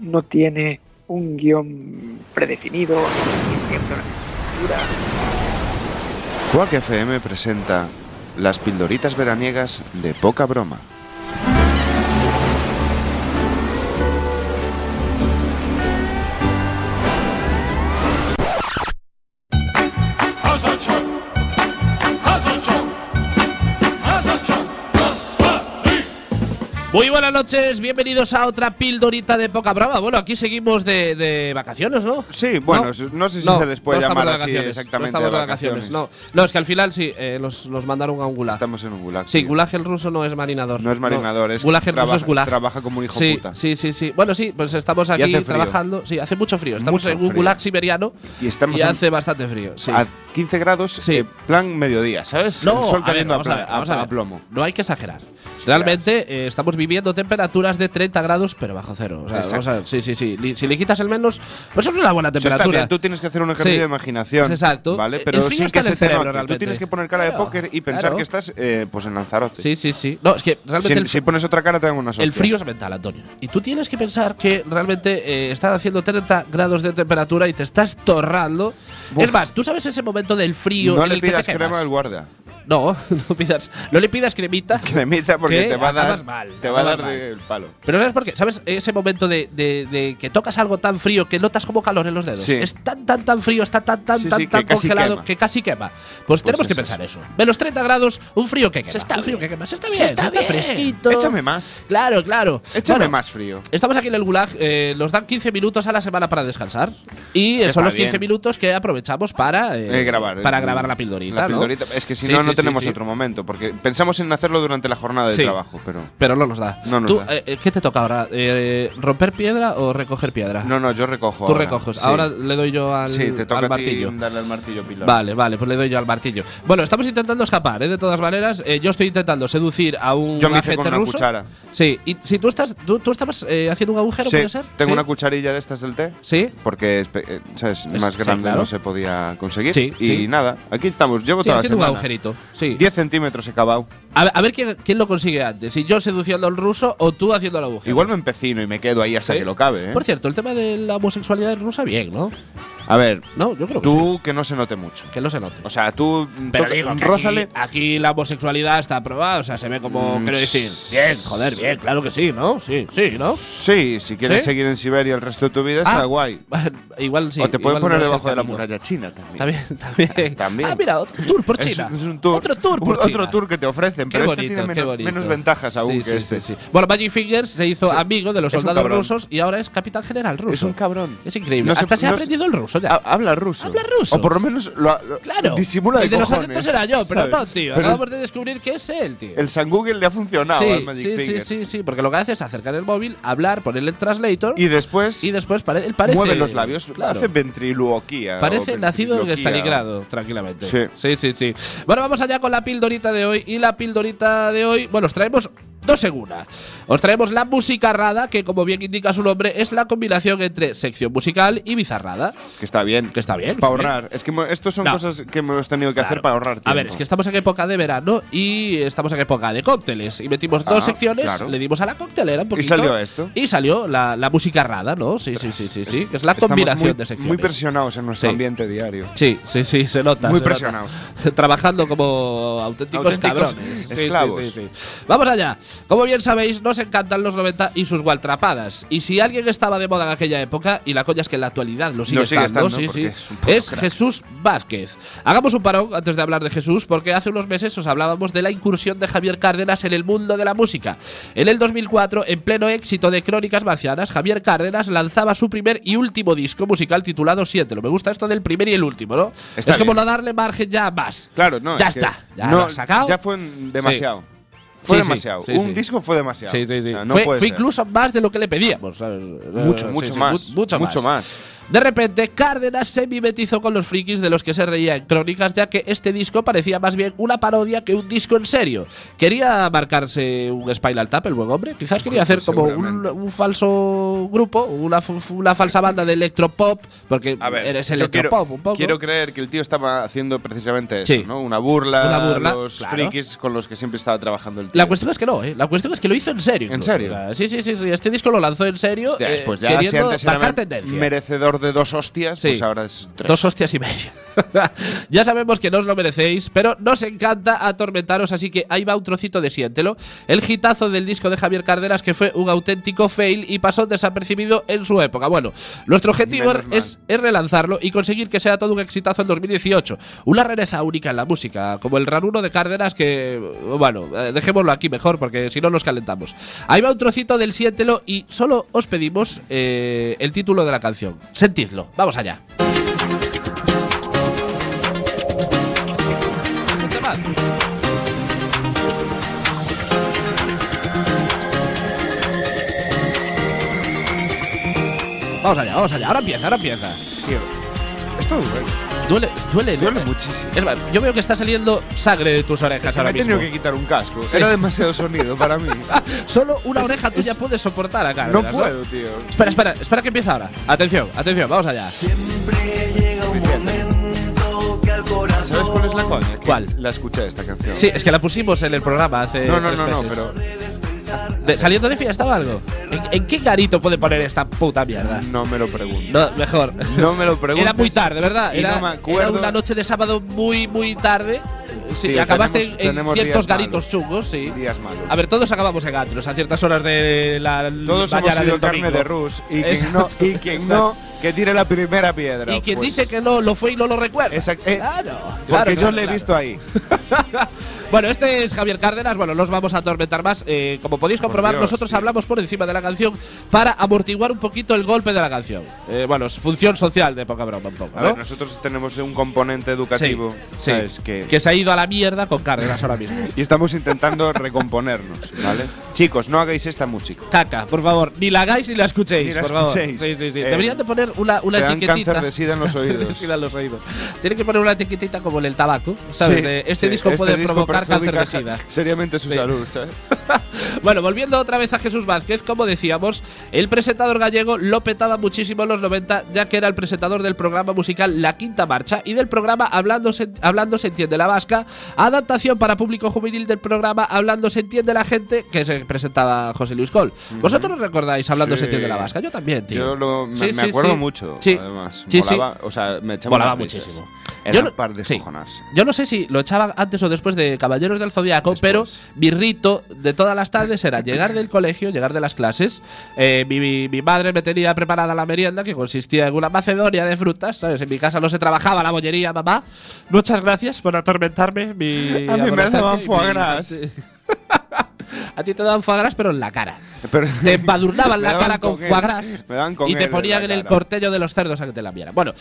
no tiene un guión predefinido, ni siempre una estructura. Quack FM presenta las pildoritas veraniegas de poca broma. Muy buenas noches, bienvenidos a otra pildorita de poca broma. Bueno, aquí seguimos de vacaciones, ¿no? Sí, bueno, no sé si se les puede llamar así exactamente. No estamos de vacaciones. No, es que al final sí, nos mandaron a un gulag. Estamos en un gulag. Sí, gulag el ruso no es marinador. No es marinador, es gulag el ruso es gulag. Trabaja como un hijo puta. Sí. Bueno, sí, pues estamos aquí trabajando. Sí, hace mucho frío. Estamos en un gulag siberiano y hace bastante frío. Sí. A 15 grados, plan mediodía, ¿sabes? No, el sol cayendo a plomo. No hay que exagerar. Realmente estamos viviendo temperaturas de 30 grados, pero bajo cero. O sea, sí. Si le quitas el menos, pues es una buena temperatura. Está bien. Tú tienes que hacer un ejercicio de imaginación. Exacto. ¿Vale? Pero sin que se te note. Tú tienes que poner cara de póker y pensar que estás pues en Lanzarote. Sí. No, es que realmente. Si pones otra cara, te dan unas hostias. El frío es mental, Antonio. Y tú tienes que pensar que realmente estás haciendo 30 grados de temperatura y te estás torrando. Uf. Es más, tú sabes ese momento del frío. No le pidas crema del guardia. No le pidas cremita. Cremita porque te va a dar mal. Te va a dar del palo. Pero ¿sabes por qué? ¿Sabes ese momento de que tocas algo tan frío que notas como calor en los dedos? Sí. Es tan frío, está tan congelado que casi quema. Pues tenemos que pensar eso. Menos 30 grados, un frío que quema. Un frío que quema. Se está bien, está fresquito. Échame más. Claro. Échame más frío. Estamos aquí en el gulag. Nos dan 15 minutos a la semana para descansar. Y son los 15 minutos que aprovechamos para grabar la pildorita. Es que si no tenemos otro momento, porque pensamos en hacerlo durante la jornada de trabajo, pero no nos da. ¿Qué te toca ahora? ¿Romper piedra o recoger piedra? No, yo recojo. Tú recoges. Sí. Ahora le doy yo al martillo. Sí, te toca darle al martillo, Pilar. Vale, pues le doy yo al martillo. Bueno, estamos intentando escapar, de todas maneras. Yo estoy intentando seducir a un agente ruso. Cuchara. Sí, y si tú estabas haciendo un agujero, ¿puede ser? Tengo una cucharilla de estas del té. Sí. Porque ¿sabes? Más grande no se podía conseguir. Sí. Y nada, aquí estamos. Llevo toda la semana. Un agujerito. Sí. 10 centímetros he cavado. A ver quién lo consigue antes. Si yo seduciendo al ruso o tú haciendo el agujero. Igual me empecino y me quedo ahí hasta que lo cabe. Por cierto, el tema de la homosexualidad rusa, bien, ¿no? A ver, no, yo creo que tú que no se note mucho. Que no se note. O sea, tú. Pero digo, rózale. Aquí la homosexualidad está aprobada, o sea, se ve como. Quiero decir. Bien, joder, bien, claro que sí, ¿no? Sí, ¿no? Sí, si quieres seguir en Siberia el resto de tu vida, está guay. Igual sí. O te pueden poner debajo de la muralla china también. También. Ah, mira, otro tour por China. Es un tour. Otro tour por China. Otro tour que te ofrecen, pero bonito, este tiene menos ventajas aún que este. Sí. Bueno, Magic Fingers se hizo amigo de los soldados rusos y ahora es capitán general ruso. Es un cabrón. Es increíble. Hasta se ha aprendido el ruso ya. Habla ruso. O por lo menos lo disimula de el de cojones. los acentos era yo, pero ¿sabes? no, tío. Acabamos de descubrir que es él, tío. El San Google le ha funcionado al Magic Fingers. Sí, porque lo que hace es acercar el móvil, hablar, ponerle el translator y después él parece mueve los labios, claro. Hace ventriloquía. Parece nacido en Stalingrado, tranquilamente. Sí. Bueno, vamos allá con la pildorita de hoy. Y la pildorita de hoy, bueno, os traemos dos en una. Os traemos la musicarrada, que como bien indica su nombre, es la combinación entre sección musical y bizarrada. Que está bien. Para ahorrar. Es que estos son cosas que hemos tenido que hacer para ahorrar tiempo. A ver, es que estamos en época de verano y estamos en época de cócteles. Y metimos dos secciones, le dimos a la coctelera un poquito. ¿Y salió esto? Y salió la musicarrada, ¿no? Sí. Que es la combinación de secciones. Muy presionados en nuestro ambiente diario. Sí, se nota. Muy presionados. Trabajando como auténticos cabrones. Esclavos. Sí. Vamos allá. Como bien sabéis, nos encantan los 90 y sus gualtrapadas. Y si alguien estaba de moda en aquella época, y la coña es que en la actualidad lo sigue estando, es Jesús Vázquez. Hagamos un parón antes de hablar de Jesús, porque hace unos meses os hablábamos de la incursión de Javier Cárdenas en el mundo de la música. En el 2004, en pleno éxito de Crónicas Marcianas, Javier Cárdenas lanzaba su primer y último disco musical titulado Siéntelo. Me gusta esto del primer y el último, ¿no? Es como no darle margen ya más. Claro, no. Ya está. Ya lo has sacado. Ya fue demasiado. Fue demasiado. Un disco fue demasiado. Sí. O sea, no fue incluso más de lo que le pedíamos, ¿sabes? Mucho más. De repente, Cárdenas se mimetizó con los frikis de los que se reía en Crónicas, ya que este disco parecía más bien una parodia que un disco en serio. Quería marcarse un Spinal Tap, el buen hombre. Quizás quería hacer como un falso grupo, una falsa banda de electropop, porque eres electropop un poco. Quiero creer que el tío estaba haciendo precisamente eso, ¿no? Una burla a los frikis con los que siempre estaba trabajando el La cuestión es que no, ¿eh? La cuestión es que lo hizo en serio. ¿En serio? Sí. Este disco lo lanzó en serio. Hostia, pues ya queriendo si antes marcar era tendencia. merecedor de 2 hostias, Sí. pues ahora es 3. 2 hostias y media. Ya sabemos que no os lo merecéis, pero nos encanta atormentaros, así que ahí va un trocito de Siéntelo. El hitazo del disco de Javier Cárdenas, que fue un auténtico fail y pasó desapercibido en su época. Bueno, nuestro objetivo es relanzarlo y conseguir que sea todo un exitazo en 2018. Una rareza única en la música, como el raruno de Cárdenas, que, bueno, dejémoslo aquí mejor, porque si no nos calentamos. Ahí va un trocito del Siéntelo y solo os pedimos el título de la canción. Sentidlo. Vamos allá. Vamos allá. Ahora empieza. Tío, esto duele. Duele muchísimo. Es más, yo veo que está saliendo sangre de tus orejas ahora Me he mismo. tenido que quitar un casco. Sí. Era demasiado sonido para mí. Solo una oreja tuya puede soportar acá. No puedo, tío. Espera que empiece ahora. Atención, vamos allá. Siempre llega un momento que al corazón. ¿Sabes cuál es la coña? Que ¿Cuál? La escuché esta canción. Sí, es que la pusimos en el programa hace No, 3 meses. pero ¿Saliendo de fiesta o algo? ¿En qué garito puede poner esta puta mierda? no me lo pregunto. No, mejor. No me lo preguntes. Era muy tarde, ¿verdad? Y Era, no me acuerdo. era una noche de sábado muy tarde. Sí, Sí, acabaste tenemos en ciertos días garitos malos. chungos, sí. Días malos. A ver, todos acabamos en atros a ciertas horas de la Todos hemos mañana sido del carne domingo. de Rus. Y Exacto. quien no, que tire la primera piedra. Y quien pues. dice que no lo fue y no lo recuerda. Claro. Porque Claro, yo le he claro. visto ahí. Bueno, este es Javier Cárdenas. Bueno, no os vamos a atormentar más. Como podéis comprobar, Dios, nosotros tío. hablamos por encima de la canción para amortiguar un poquito el golpe de la canción. Bueno, es función social de poca broma un poco, A ¿no? ver, nosotros tenemos un componente educativo, Sí, ¿sabes? que se ha ido a la mierda con Cárdenas ahora mismo. Y estamos intentando recomponernos, ¿vale? Chicos, no hagáis esta música. Caca, por favor, ni la hagáis ni la escuchéis, Ni la por favor. escuchéis. Sí. Deberían de poner una Te dan etiquetita. cáncer de sida en los oídos. De sida en los oídos. Tienen que poner una etiquetita como en el tabaco, ¿sabes? Sí, De, este sí, disco puede disco provocar cáncer de perjudica sida. seriamente su Sí. salud, ¿sabes? Bueno, volviendo otra vez a Jesús Vázquez, como decíamos, el presentador gallego lo petaba muchísimo en los 90, ya que era el presentador del programa musical La Quinta Marcha y del programa Hablando se entiende la vasca, adaptación para público juvenil del programa Hablando se entiende la gente, que se presentaba José Luis Col. ¿Vosotros recordáis Hablando se Sí. entiende la vasca? Yo también, tío. Yo me Sí, acuerdo sí. mucho, Sí. además. Sí, Molaba, o sea, me echaba Molaba unas risas. muchísimo. Era Yo no- para sí. descojonarse. Yo no sé si lo echaban antes o después de Caballeros del Zodiaco, Después. pero mi rito de todas las tardes era llegar del colegio, llegar de las clases. Mi madre me tenía preparada la merienda, que consistía en una macedonia de frutas, ¿sabes? En mi casa no se trabajaba la bollería, mamá. Muchas gracias por atormentarme. A mí me daban foie gras. A ti te daban foie gras, pero en la cara. Pero Te embadurnaban me la daban cara con con foie él. gras Me daban con y él te en ponían la en el cara. cortello de los cerdos a que te la vieran. Bueno,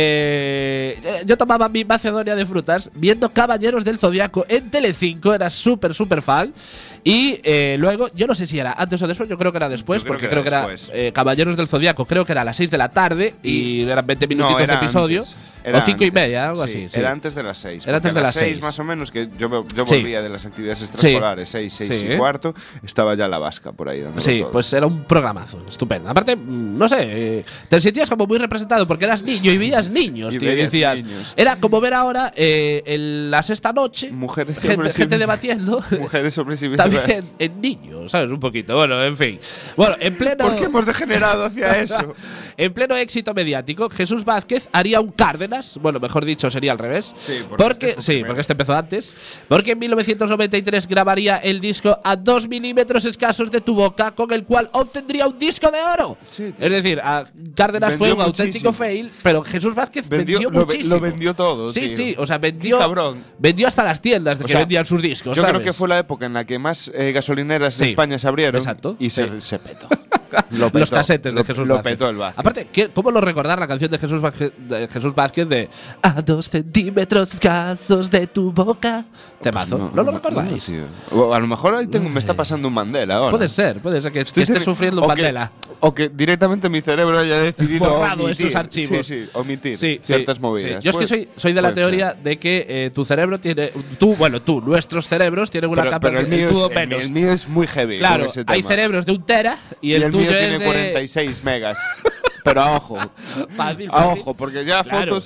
yo tomaba mi macedonia de frutas viendo Caballeros del Zodiaco en Telecinco, era súper fan. Y luego, yo no sé si era antes o después, yo creo que era después, Yo creo porque que creo que era era después. Caballeros del Zodiaco, creo que era a las 6 de la tarde y eran 20 minutitos de era episodio. antes. Era O 5 y antes. media, algo Sí, así. Sí. Era antes de las 6. Era antes porque de a las 6 6. más o menos, que yo Sí. volvía de las actividades extraescolares, 6 Sí. y cuarto, estaba ya la vasca por ahí dándolo Sí, todo. pues era un programazo, estupendo. Aparte, no sé, te sentías como muy representado porque eras niño y veías niños, Y tío. Y veías decías, niños. era como ver ahora la sexta noche, Mujeres gente debatiendo, Mujeres hombres y también viceversa. en niños, ¿sabes? Un poquito. Bueno, en fin. Bueno, en pleno. ¿Por qué hemos degenerado hacia eso? En pleno éxito mediático, Jesús Vázquez haría un Cárdenas, bueno, mejor dicho, sería al revés. Sí, porque este fue primero. porque este empezó antes. Porque en 1993 grabaría el disco A 2 milímetros escasos de tu boca, con el cual obtendría un disco de oro. Sí, tío. Es decir, a Cárdenas fue Vendió un auténtico muchísimo. fail, pero Jesús Vázquez vendió lo muchísimo. vendió todo, Sí, tío. sí, o sea, Qué vendió cabrón. hasta las tiendas de O que sea, vendían sus discos. Yo creo ¿sabes? que fue la época en la que más gasolineras de Sí, España se abrieron. exacto, Y sí. se petó. Los casetes de Jesús Lo Vázquez. petó el Vázquez. Aparte, ¿cómo no recordar la canción de Jesús Vázquez de A 2 centímetros escasos de tu boca? Temazo. ¿No lo recordáis? tío. O a lo mejor ahí me está pasando un Mandela ahora. Puede ser que esté sufriendo un Mandela. O que directamente mi cerebro haya decidido Borrado omitir. esos archivos. Sí, omitir Sí, ciertas sí, movidas. sí. Yo es que soy de la puede teoría ser. de que tu cerebro tiene. Nuestros cerebros tienen una capa Pero el mío, tubo es, menos. el mío es muy heavy. Claro, con ese hay tema. cerebros de 1 tera y Y el el tuyo mío es tiene de 46 megas. Pero a ojo. Fácil, A fácil. ojo, porque ya Claro. fotos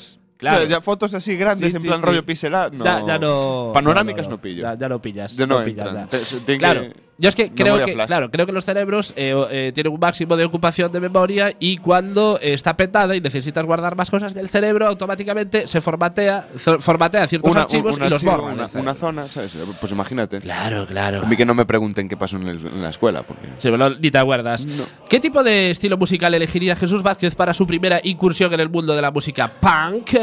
Claro. O sea, ya fotos así grandes, en plan rollo pixelá, no. Ya no. Panorámicas no pillo. Ya no pillas. Ya no pillas. entran. Claro. Yo es que creo Memoria flash. creo que los cerebros tienen un máximo de ocupación de memoria y cuando está petada y necesitas guardar más cosas del cerebro, automáticamente se formatea ciertos archivos y los borra. Una zona, ¿sabes? Pues imagínate. Claro. A mí que no me pregunten qué pasó en la escuela. Porque Sí, pero ni te acuerdas. No. ¿Qué tipo de estilo musical elegiría Jesús Vázquez para su primera incursión en el mundo de la música punk,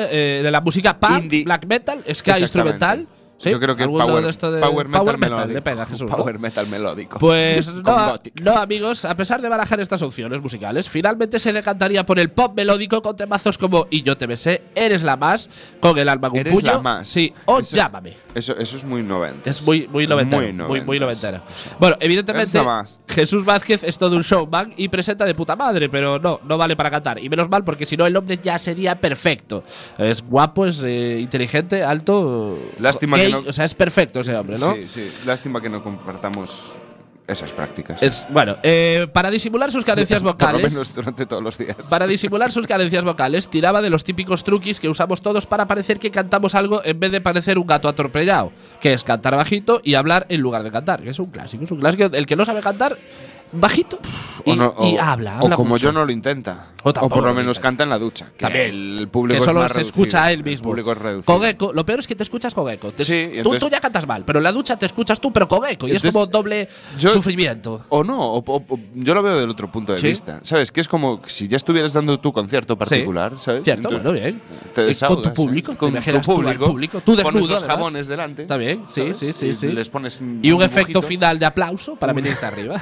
Indie. black metal, ska Exactamente. instrumental? ¿Sí? Yo creo que ¿Alguno de esto de power metal melódico. le pega a Jesús, ¿no? Power metal melódico. Pues Con no, gótico. no, amigos, a pesar de barajar estas opciones musicales, finalmente se decantaría por el pop melódico con temazos como Y yo te besé, Eres la más, Con el alma en un Eres puño, la más. sí, o Eso- Llámame. Eso es muy 90. Es muy noventero. Muy noventero. Bueno, evidentemente, Es la más. Jesús Vázquez es todo un showman y presenta de puta madre, pero no vale para cantar. Y menos mal, porque si no, el hombre ya sería perfecto. Es guapo, es inteligente, alto. Lástima gay, que no- O sea, es perfecto ese hombre, ¿no? Sí. Lástima que no compartamos esas prácticas. Para disimular sus carencias Por lo vocales. menos durante todos los días. Para disimular sus carencias vocales, tiraba de los típicos truquis que usamos todos para parecer que cantamos algo en vez de parecer un gato atropellado, que es cantar bajito y hablar en lugar de cantar, que es un clásico. Es un clásico. El que no sabe cantar bajito y habla o como mucho. yo no lo intenta. O O tampoco por lo lo menos intenta. canta en la ducha. Que También. el público Que solo es más se reducido. escucha a él mismo. El público es reducido. Con eco. Lo peor es que te escuchas con eco. Sí, y tú entonces- ya cantas mal, pero en la ducha te escuchas tú, pero con eco. Y es Entonces, como doble yo- sufrimiento. O no, o yo lo veo del otro punto de Sí. vista. ¿Sabes? Que es como si ya estuvieras dando tu concierto particular, ¿sabes? Cierto, Entonces, bueno, bien. Te Y desahogas, con tu público, ¿eh? te Con imaginas tu tú al público, tú desnudo, pones los además. jabones delante. Está bien, sí, ¿sabes? sí. Y les pones Y un efecto dibujito. final de aplauso para venirte arriba.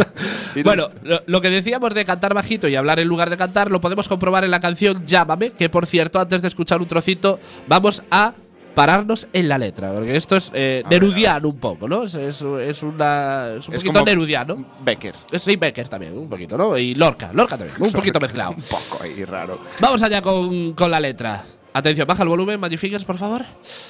Y Bueno, lo que decíamos de cantar bajito y hablar en lugar de cantar lo podemos comprobar en la canción Llámame, que por cierto, antes de escuchar un trocito, vamos a pararnos en la letra, porque esto es nerudiano un poco, ¿no? Es un poquito como nerudiano. Becker. Sí, Becker también, un poquito, ¿no? Y Lorca también, un poquito mezclado. Un poco ahí raro. Vamos allá con la letra. Atención, baja el volumen, Magnificers, por favor.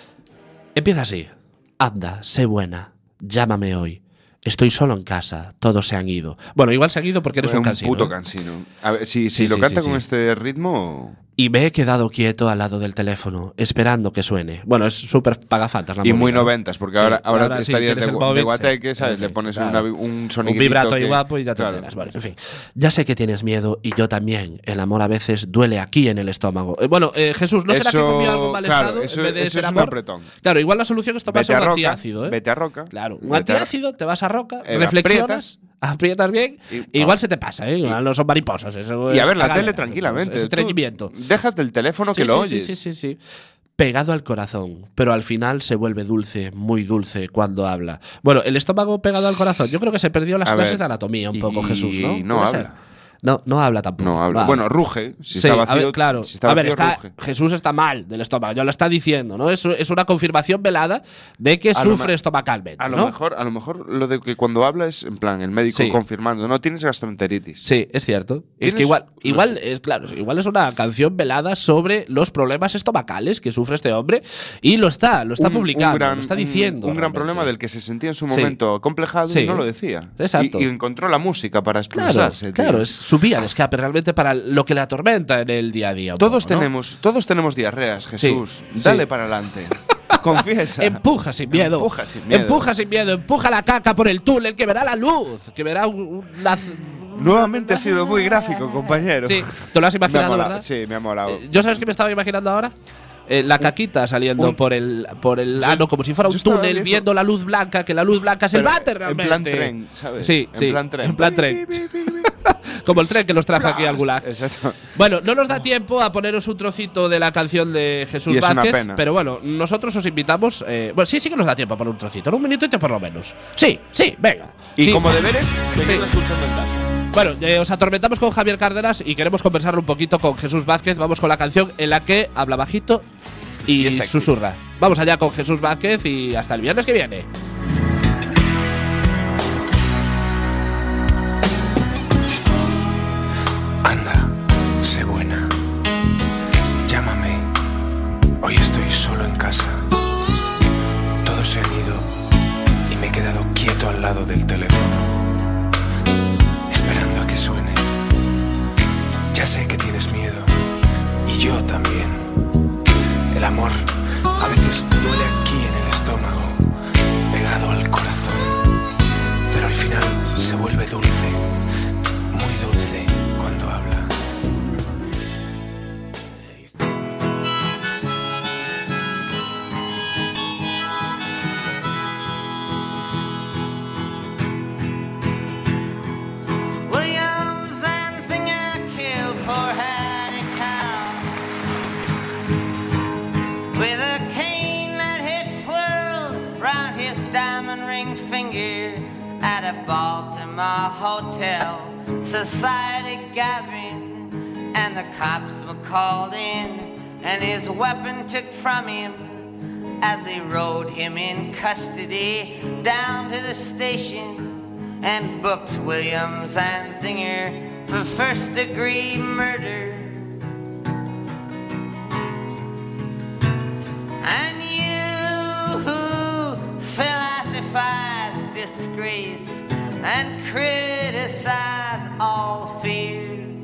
Empieza así. Anda, sé buena, llámame hoy. Estoy solo en casa, todos se han ido. Bueno, igual se han ido porque eres un cansino. puto ¿eh? cansino. A ver, si Sí, lo sí, canta sí, con sí. este ritmo. Y me he quedado quieto al lado del teléfono, esperando que suene. Bueno, es súper pagafantas la Y movida, muy ¿no? noventas, porque Sí, ahora sí, estarías tienes de el móvil, guateque, sí, ¿sabes? sí, Le pones claro. un Un sonidito. vibrato ahí que- guapo y ya te claro, enteras. Bueno, en pues- fin. Ya sé que tienes miedo y yo también. El amor a veces duele aquí en el estómago. Bueno, Jesús, ¿no será que Eso- comió algo mal claro, estado eso- en vez de eso ser es un amor? apretón. Claro, igual la solución es tomarse Vete a un Roca, antiácido, ¿eh? Vete a Roca. Claro, un vete a- antiácido, te vas a Roca, aprietas. reflexionas, aprietas bien, Y- igual se te pasa, ¿eh? Igual no son mariposas. Eso Y a es ver la cagadera, tele tranquilamente. Es Tú estreñimiento. Déjate el teléfono que Sí, lo sí, oyes. sí. Pegado al corazón, pero al final se vuelve dulce, muy dulce cuando habla. Bueno, el estómago pegado al corazón. Yo creo que se perdió las A clases ver, de anatomía un poco, y Jesús, ¿no? no Puede habla. ser. No habla tampoco. No habla. Va. Bueno, ruge. Si Sí, está a vacío, ver, claro. si está A ver, vacío, está, ruge. Jesús está mal del estómago, ya lo está diciendo, ¿no? Es una confirmación velada de que A lo sufre estomacalmente, A lo, ¿no? mejor lo de que cuando habla es en plan el médico Sí. confirmando, no tienes gastroenteritis. Sí, es cierto. Es ¿Tienes? que igual No es claro, igual es una canción velada sobre los problemas estomacales que sufre este hombre y lo está publicando, lo está diciendo. Un gran realmente. problema del que se sentía en su Sí. momento acomplejado Sí. y no lo decía. Exacto. Y encontró la música para Claro, expresarse. tío. claro, es su vía de escape realmente para lo que le atormenta en el día a día. un Todos poco, ¿no? tenemos diarreas, Jesús. Sí. Dale Sí. para adelante. Confiesa. Empuja sin miedo. Empuja sin miedo. Empuja sin miedo. Empuja la caca por el túnel que verá la luz. Que verá Nuevamente ha sido muy gráfico, compañero. Sí, te lo has Me ha imaginado, molado, ¿verdad? Sí, me ha molado. ¿Yo sabes qué me estaba imaginando ahora? La caquita saliendo por el ano como si fuera yo un estaba túnel, viendo la luz blanca, que la luz blanca es el Pero váter en realmente. plan tren, ¿sabes? Sí, En sí. plan tren. En plan tren. Como el tren que nos trajo aquí al Gulag. Exacto. Bueno, no nos da tiempo a poneros un trocito de la canción de Jesús Y es una Vázquez, pena. pero bueno, nosotros os invitamos. Bueno, sí que nos da tiempo a poner un trocito, ¿no? Un minutito por lo menos. Sí, venga. Y Sí. como deberes, seguirlo Sí. escuchando en casa. Bueno, os atormentamos con Javier Cárdenas y queremos conversar un poquito con Jesús Vázquez. Vamos con la canción en la que habla bajito y es sexy. susurra. Vamos allá con Jesús Vázquez y hasta el viernes que viene. Anda, sé buena. Llámame. Hoy estoy solo en casa. Todos se han ido y me he quedado quieto al lado del teléfono, esperando a que suene. Ya sé que tienes miedo y yo también. at Baltimore hotel, society gathering, and the cops were called in, and his weapon took from him as they rode him in custody down to the station and booked Williams and Zinger for first-degree murder. And you who philosophize disgrace and criticize